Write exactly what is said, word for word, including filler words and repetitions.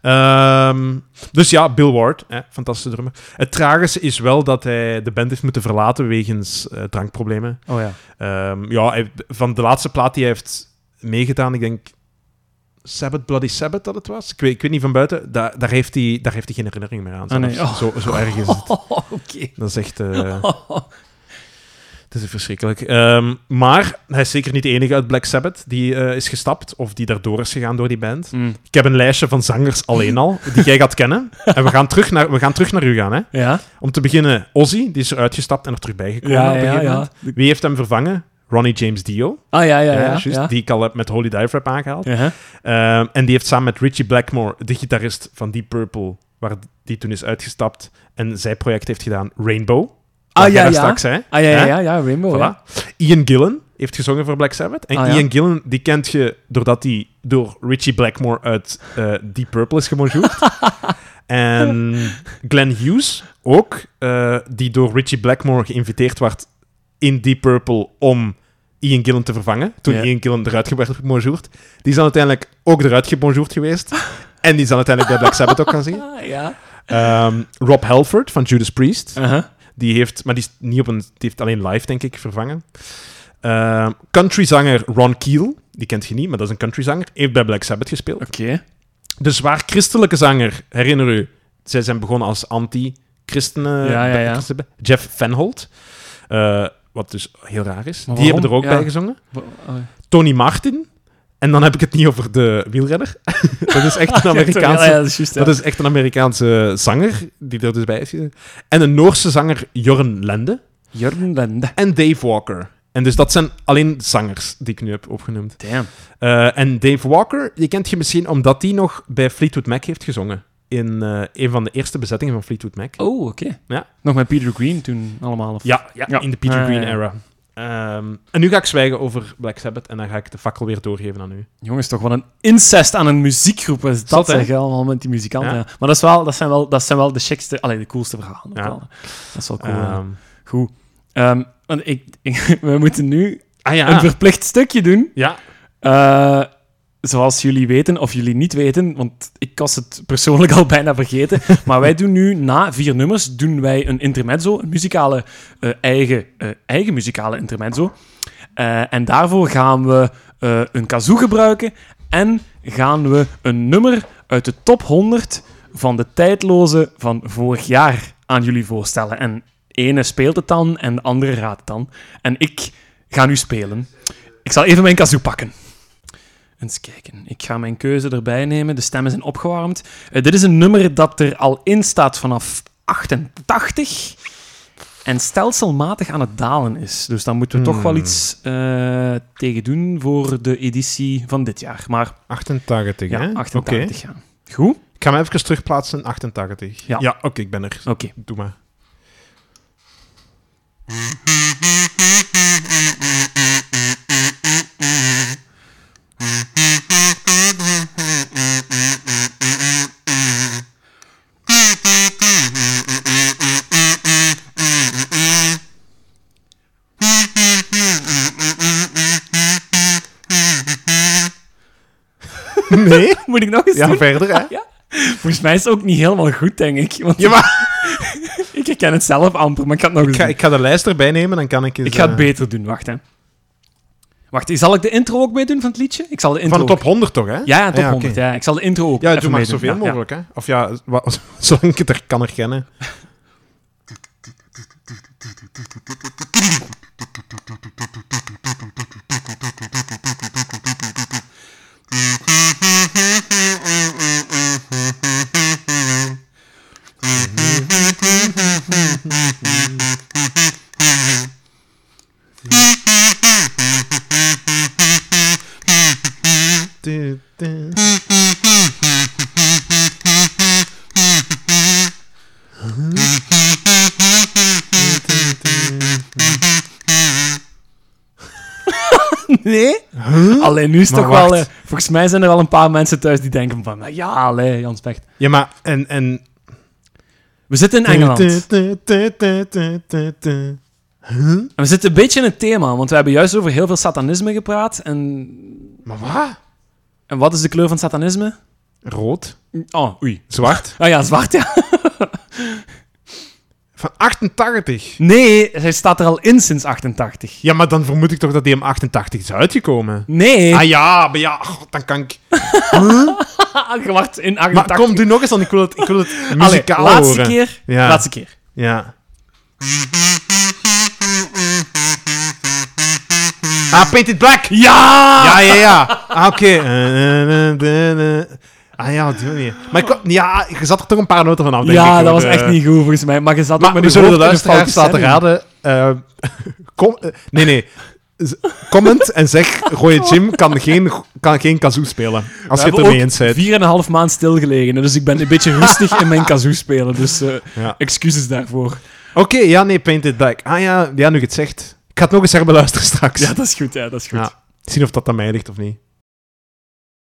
Um, dus ja, Bill Ward, hè, fantastische drummer. Het tragische is wel dat hij de band heeft moeten verlaten wegens uh, drankproblemen. Oh ja. Um, ja, hij, van de laatste plaat die hij heeft meegedaan, ik denk Sabbath, Bloody Sabbath dat het was. Ik weet, ik weet niet van buiten. Da- daar, heeft hij, daar heeft hij geen herinnering meer aan. Ah, nee. oh. zo, zo erg is het. Oh, Oké. Okay. Dat is echt... Uh, het is verschrikkelijk. Um, maar hij is zeker niet de enige uit Black Sabbath die uh, is gestapt of die daardoor is gegaan door die band. Mm. Ik heb een lijstje van zangers alleen al, die jij gaat kennen. En we gaan terug naar, we gaan terug naar u gaan. Hè? Ja. Om te beginnen, Ozzy, die is er uitgestapt en er terug bijgekomen. Ja, op een ja, gegeven ja. moment. Wie heeft hem vervangen? Ronnie James Dio. Ah, ja, ja, ja. ja, ja, just, ja. Die ik al heb met Holy Diver heb aangehaald. Uh-huh. Um, en die heeft samen met Richie Blackmore, de gitarist van Deep Purple, waar die toen is uitgestapt en zij project heeft gedaan, Rainbow. Ah, ja, ja. Straks, hè? Ah, ja, ja, ja, ja, Rainbow, voilà. ja. Ian Gillan heeft gezongen voor Black Sabbath. En ah, ja. Ian Gillan, die kent je doordat hij door Richie Blackmore uit uh, Deep Purple is gebonjourd. En Glenn Hughes ook, uh, die door Richie Blackmore geïnviteerd werd in Deep Purple om Ian Gillan te vervangen. Toen ja. Ian Gillan eruit werd gebonjourd. Die is dan uiteindelijk ook eruit gebonjourd geweest. En die is dan uiteindelijk bij Black Sabbath ook gaan zingen. Ja. Um, Rob Halford van Judas Priest. Uh-huh. Die heeft, maar die, is niet op een, die heeft alleen live, denk ik, vervangen. Uh, countryzanger Ron Keel, die kent je niet, maar dat is een countryzanger, heeft bij Black Sabbath gespeeld. Oké. Okay. De zwaar christelijke zanger, herinner u, zij zijn begonnen als anti-christenen. Ja, ja, ja. Jeff Fenholt, uh, wat dus heel raar is. Maar die hebben er ook ja. bij gezongen. Oh. Tony Martin. En dan heb ik het niet over de wielrenner. Dat is echt een Amerikaanse, ja, dat is, just, ja. dat is echt een Amerikaanse zanger die er dus bij is. En een Noorse zanger, Jorn Lende. Jorn Lende. En Dave Walker. En dus dat zijn alleen zangers die ik nu heb opgenoemd. Damn. Uh, en Dave Walker, die kent je misschien omdat hij nog bij Fleetwood Mac heeft gezongen. In uh, een van de eerste bezettingen van Fleetwood Mac. Oh, oké. Okay. Ja. Nog met Peter Green toen allemaal? Of... Ja, ja, ja, in de Peter ah, Green ja, ja. era. Um, en nu ga ik zwijgen over Black Sabbath en dan ga ik de fakkel weer doorgeven aan u. Jongens, toch wat een incest aan een muziekgroep. Wat is dat, zeg, allemaal met die muzikanten. Ja. Ja. Maar dat, is wel, dat, zijn wel, dat zijn wel de chicste, allee, de coolste verhalen. Ja. Dat is wel cool. Um, Goed. Um, want ik, ik, we moeten nu ah, ja. een verplicht stukje doen. Ja. Uh, zoals jullie weten, of jullie niet weten, want ik was het persoonlijk al bijna vergeten, maar wij doen nu, na vier nummers, doen wij een intermezzo, een muzikale, uh, eigen, uh, eigen muzikale intermezzo. Uh, en daarvoor gaan we uh, een kazoo gebruiken en gaan we een nummer uit de top honderd van de tijdloze van vorig jaar aan jullie voorstellen. En ene speelt het dan en de andere raadt het dan. En ik ga nu spelen. Ik zal even mijn kazoo pakken. Eens kijken. Ik ga mijn keuze erbij nemen. De stemmen zijn opgewarmd. Uh, dit is een nummer dat er al in staat vanaf achtentachtig en stelselmatig aan het dalen is. Dus dan moeten we hmm. toch wel iets uh, tegen doen voor de editie van dit jaar. Maar achtentachtig, ja, hè? achtentachtig, okay. ja. Goed? Ik ga hem even terugplaatsen in achtentachtig. Ja, ja oké, okay, ik ben er. Oké. Okay. Doe maar. Nee? Moet ik nog eens ja, doen? verder, hè? Ja. Volgens mij is het ook niet helemaal goed, denk ik. Want ja, maar... ik herken het zelf amper, maar ik ga het nog eens ik ga, doen. Ik ga de lijst erbij nemen, dan kan ik eens... Ik ga het uh... beter doen, wacht, hè. Wacht, zal ik de intro ook meedoen van het liedje? Ik zal de intro van de top honderd toch, hè? Ja, ja top ja, honderd, okay. ja. Ik zal de intro ook ja, even doe maar meedoen. zoveel ja, mogelijk, ja. hè? Of ja, wat, zolang ik het er kan herkennen. Nee? Huh? Allee, nu is het maar toch wacht. wel... Uh, volgens mij zijn er al een paar mensen thuis die denken van... Ja, allee, Jan Specht. Ja, maar... En... en... We zitten in Engeland. Huh? En we zitten een beetje in het thema, want we hebben juist over heel veel satanisme gepraat. En... Maar wat? En wat is de kleur van satanisme? Rood. Oh, oei. Zwart. Ah ja, zwart, ja. Van achtentachtig. Nee, hij staat er al in sinds achtentachtig. Ja, maar dan vermoed ik toch dat die om achtentachtig is uitgekomen. Nee. Ah ja, maar ja, god, dan kan ik... Je wacht in Maar achtentachtig. kom, doe nog eens, want ik wil het, ik wil het Allee, muzikaal laatste horen. keer. Ja. Laatste keer. Ja. Ah, Painted Black! Ja! Ja, ja, ja. Ah, oké. Ah ja, die manier. Maar ik, wou- ja, je zat er toch een paar noten van af, denk ik. Ja, dat hoor. was echt Eh, niet goed volgens mij. Maar je zat ook Maar met we je zullen de hoofd in een luisteraars foute laten stemming. raden. eh, kom, eh, nee, nee. Z- Comment en zeg, Roy Jim kan geen, kan geen kazoo spelen. Als je het ermee eens bent. vier en een half maand stilgelegen. Dus ik ben een beetje rustig in mijn kazoo spelen. Dus eh, Ja. excuses daarvoor. Oké, ja, nee, Painted Black. Ah ja, ja, nu je het zegt. Ik ga het nog eens herbeluisteren straks. Ja, dat is goed. Ja, dat is goed. Ja. Zien of dat aan mij ligt of niet.